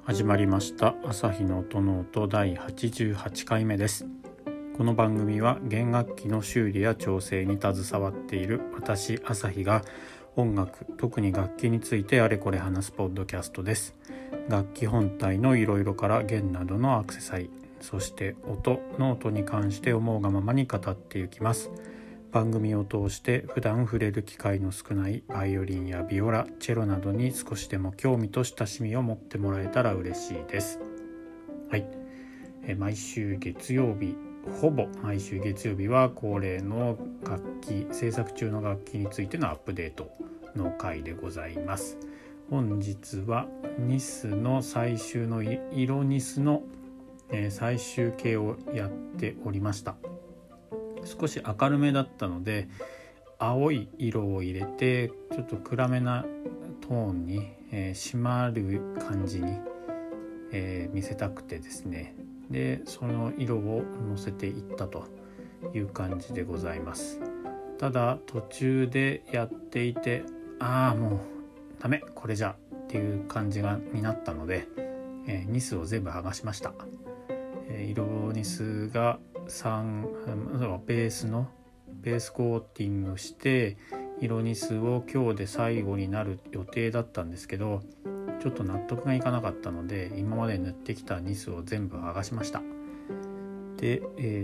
始まりました朝日の音ノート第88回目です。この番組は弦楽器の修理や調整に携わっている私朝日が音楽、特に楽器についてあれこれ話すポッドキャストです。楽器本体のいろいろから弦などのアクセサリー、そして音、ノートに関して思うがままに語っていきます。番組を通して普段触れる機会の少ないバイオリンやビオラ、チェロなどに少しでも興味と親しみを持ってもらえたら嬉しいです。はい、毎週月曜日、ほぼ毎週月曜日は恒例の楽器、制作中の楽器についてのアップデートの回でございます。本日はニスの最終の色ニスの、最終形をやっておりました。少し明るめだったので青い色を入れてちょっと暗めなトーンに、締まる感じに、見せたくてですね、でその色をのせていったという感じでございます。ただ途中でやっていてもうダメこれじゃっていう感じになったので、ニスを全部剥がしました。色ニスがベースコーティングして色ニスを今日で最後になる予定だったんですけど、ちょっと納得がいかなかったので今まで塗ってきたニスを全部剥がしました。で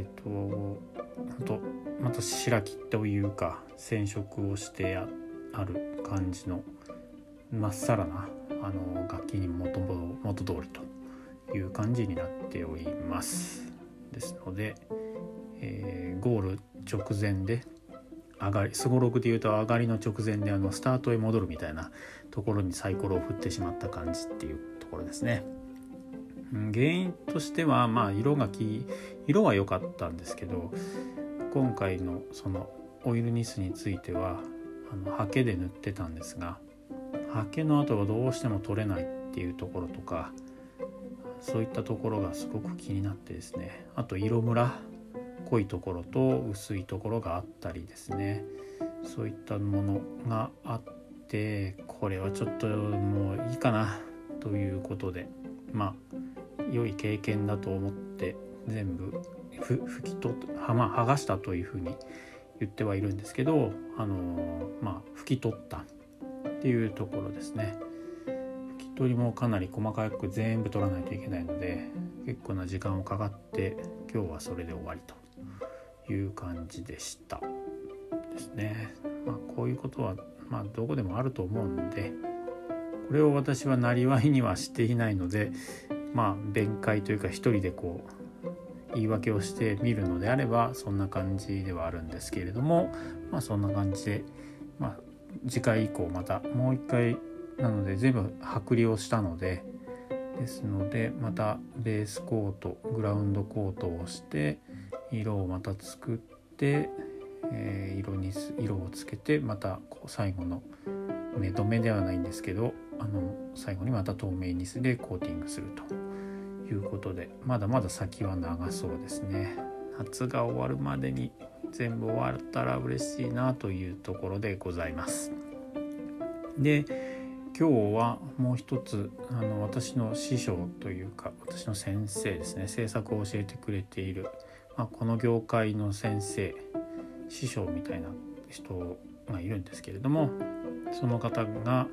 また白木というか染色をしてある感じのまっさらな楽器に元通りという感じになっております。ですので、ゴール直前でスゴロクでいうと上がりの直前でスタートへ戻るみたいなところにサイコロを振ってしまった感じっていうところですね。原因としては色は良かったんですけど、今回のそのオイルニスについてはハケで塗ってたんですが、ハケの跡がどうしても取れないっていうところとか、そういったところがすごく気になってですね、あと色ムラ、濃いところと薄いところがあったりですね、そういったものがあって、これはちょっともういいかなということで、良い経験だと思って全部剥がしたというふうに言ってはいるんですけど、拭き取ったっていうところですね。拭き取りもかなり細かく全部取らないといけないので結構な時間をかかって、今日はそれで終わりという感じでしたですね。こういうことはどこでもあると思うんで、これを私はなりわいにはしていないので、弁解というか一人で言い訳をしてみるのであればそんな感じではあるんですけれども、そんな感じで、次回以降またもう一回なので全部剥離をしたので、ですのでまたベースコート、グラウンドコートをして色をまた作って、色をつけて、また最後の目止めではないんですけど最後にまた透明ニスでコーティングするということで、まだまだ先は長そうですね。夏が終わるまでに全部終わったら嬉しいなというところでございます。で今日はもう一つ私の師匠というか私の先生ですね、制作を教えてくれている、この業界の先生、師匠みたいな人がいるんですけれども、その方が、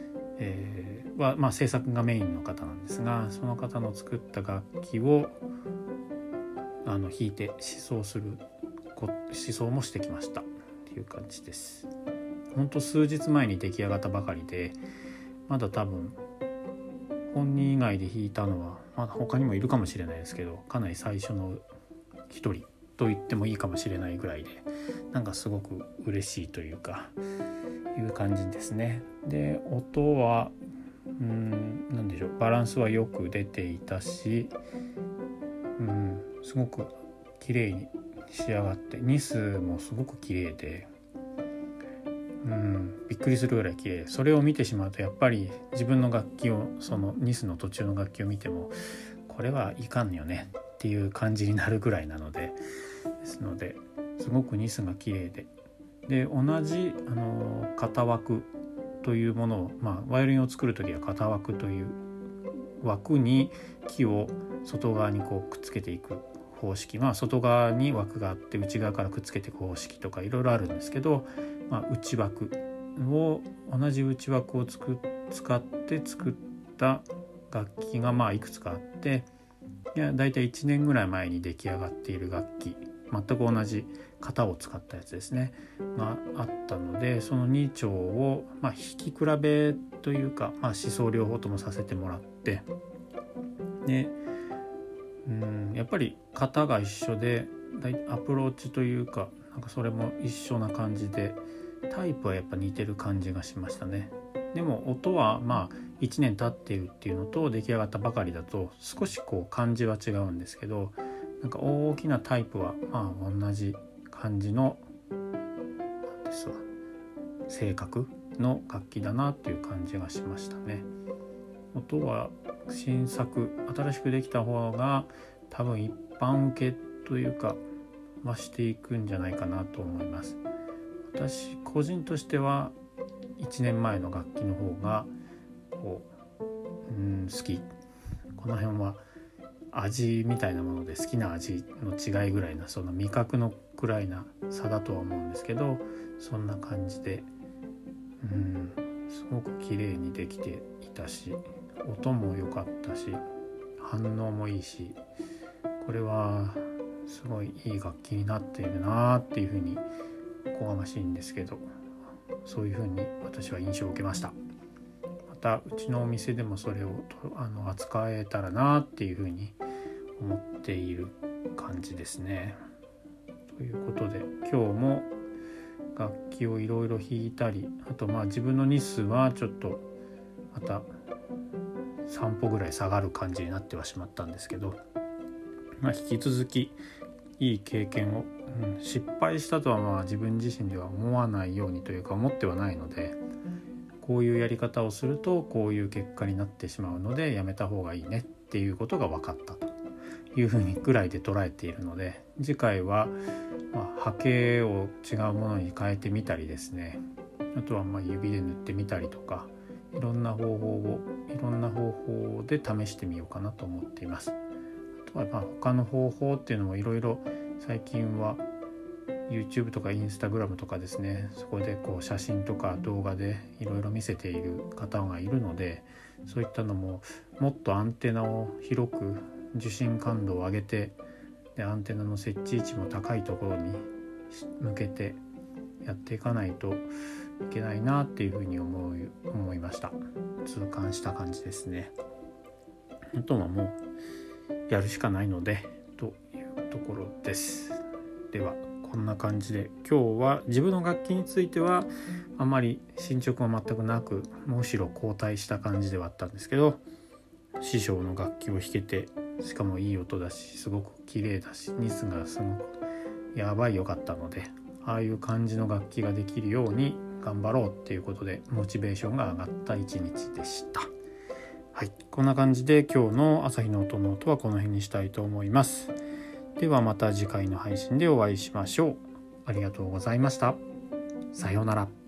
制作がメインの方なんですが、その方の作った楽器を弾いて思想もしてきましたっていう感じです。ほんと数日前に出来上がったばかりで、まだ多分本人以外で弾いたのは他にもいるかもしれないですけど、かなり最初の一人と言ってもいいかもしれないぐらいで、すごく嬉しいというかいう感じですね。で音はなんでしょう、バランスはよく出ていたし、すごく綺麗に仕上がって、ニスもすごく綺麗で、びっくりするぐらい綺麗。それを見てしまうとやっぱり自分の楽器を、そのニスの途中の楽器を見てもこれはいかんよねっていう感じになるぐらいなので、ですのですごくニスが綺麗で、同じ型枠というものを、バイオリンを作るときは型枠という枠に木を外側にこうくっつけていく方式、外側に枠があって内側からくっつけていく方式とかいろいろあるんですけど、内枠を同じ内枠を使って作った楽器がいくつかあって、だいたい1年ぐらい前に出来上がっている楽器、全く同じ型を使ったやつですねがあったので、その2丁を弾き比べというか、思想療法ともさせてもらって、でやっぱり型が一緒でアプローチというか、なんかそれも一緒な感じで、タイプはやっぱ似てる感じがしましたね。でも音は1年経っているっていうのと出来上がったばかりだと少しこう感じは違うんですけど、なんか大きなタイプは同じ感じのですわ、性格の楽器だなっていう感じがしましたね。音は新作新しくできた方が多分一般受けというか増していくんじゃないかなと思います。私個人としては1年前の楽器の方が好き。この辺は味みたいなもので好きな味の違いぐらいな、その味覚のくらいな差だとは思うんですけど、そんな感じですごく綺麗にできていたし、音も良かったし反応もいいし、これはすごいいい楽器になっているなっていうふうに、おこがましいんですけど、そういうふうに私は印象を受けました。またうちのお店でもそれを扱えたらなっていうふうに思っている感じですね。ということで今日も楽器をいろいろ弾いたり、あと自分の日数はちょっとまた3歩ぐらい下がる感じになってはしまったんですけど、引き続きいい経験を、失敗したとは自分自身では思わないようにというか思ってはないので、こういうやり方をするとこういう結果になってしまうのでやめた方がいいねっていうことが分かったというふうにぐらいで捉えているので、次回は波形を違うものに変えてみたりですね、あとは指で塗ってみたりとか、いろんな方法で試してみようかなと思っています。あとは他の方法っていうのもいろいろ最近は YouTube とか Instagram とかですね、そこでこう写真とか動画でいろいろ見せている方がいるので、そういったのももっとアンテナを広く受信感度を上げて、でアンテナの設置位置も高いところに向けてやっていかないといけないなっていうふうに思いました。痛感した感じですね。あとはもうやるしかないのでというところです。ではこんな感じで、今日は自分の楽器についてはあまり進捗は全くなく、むしろ後退した感じではあったんですけど、師匠の楽器を弾けて、しかもいい音だしすごく綺麗だし、ニスがすごくやばい良かったので、ああいう感じの楽器ができるように頑張ろうっていうことでモチベーションが上がった一日でした。はい、こんな感じで今日の朝日の音の音はこの辺にしたいと思います。ではまた次回の配信でお会いしましょう。ありがとうございました。さようなら。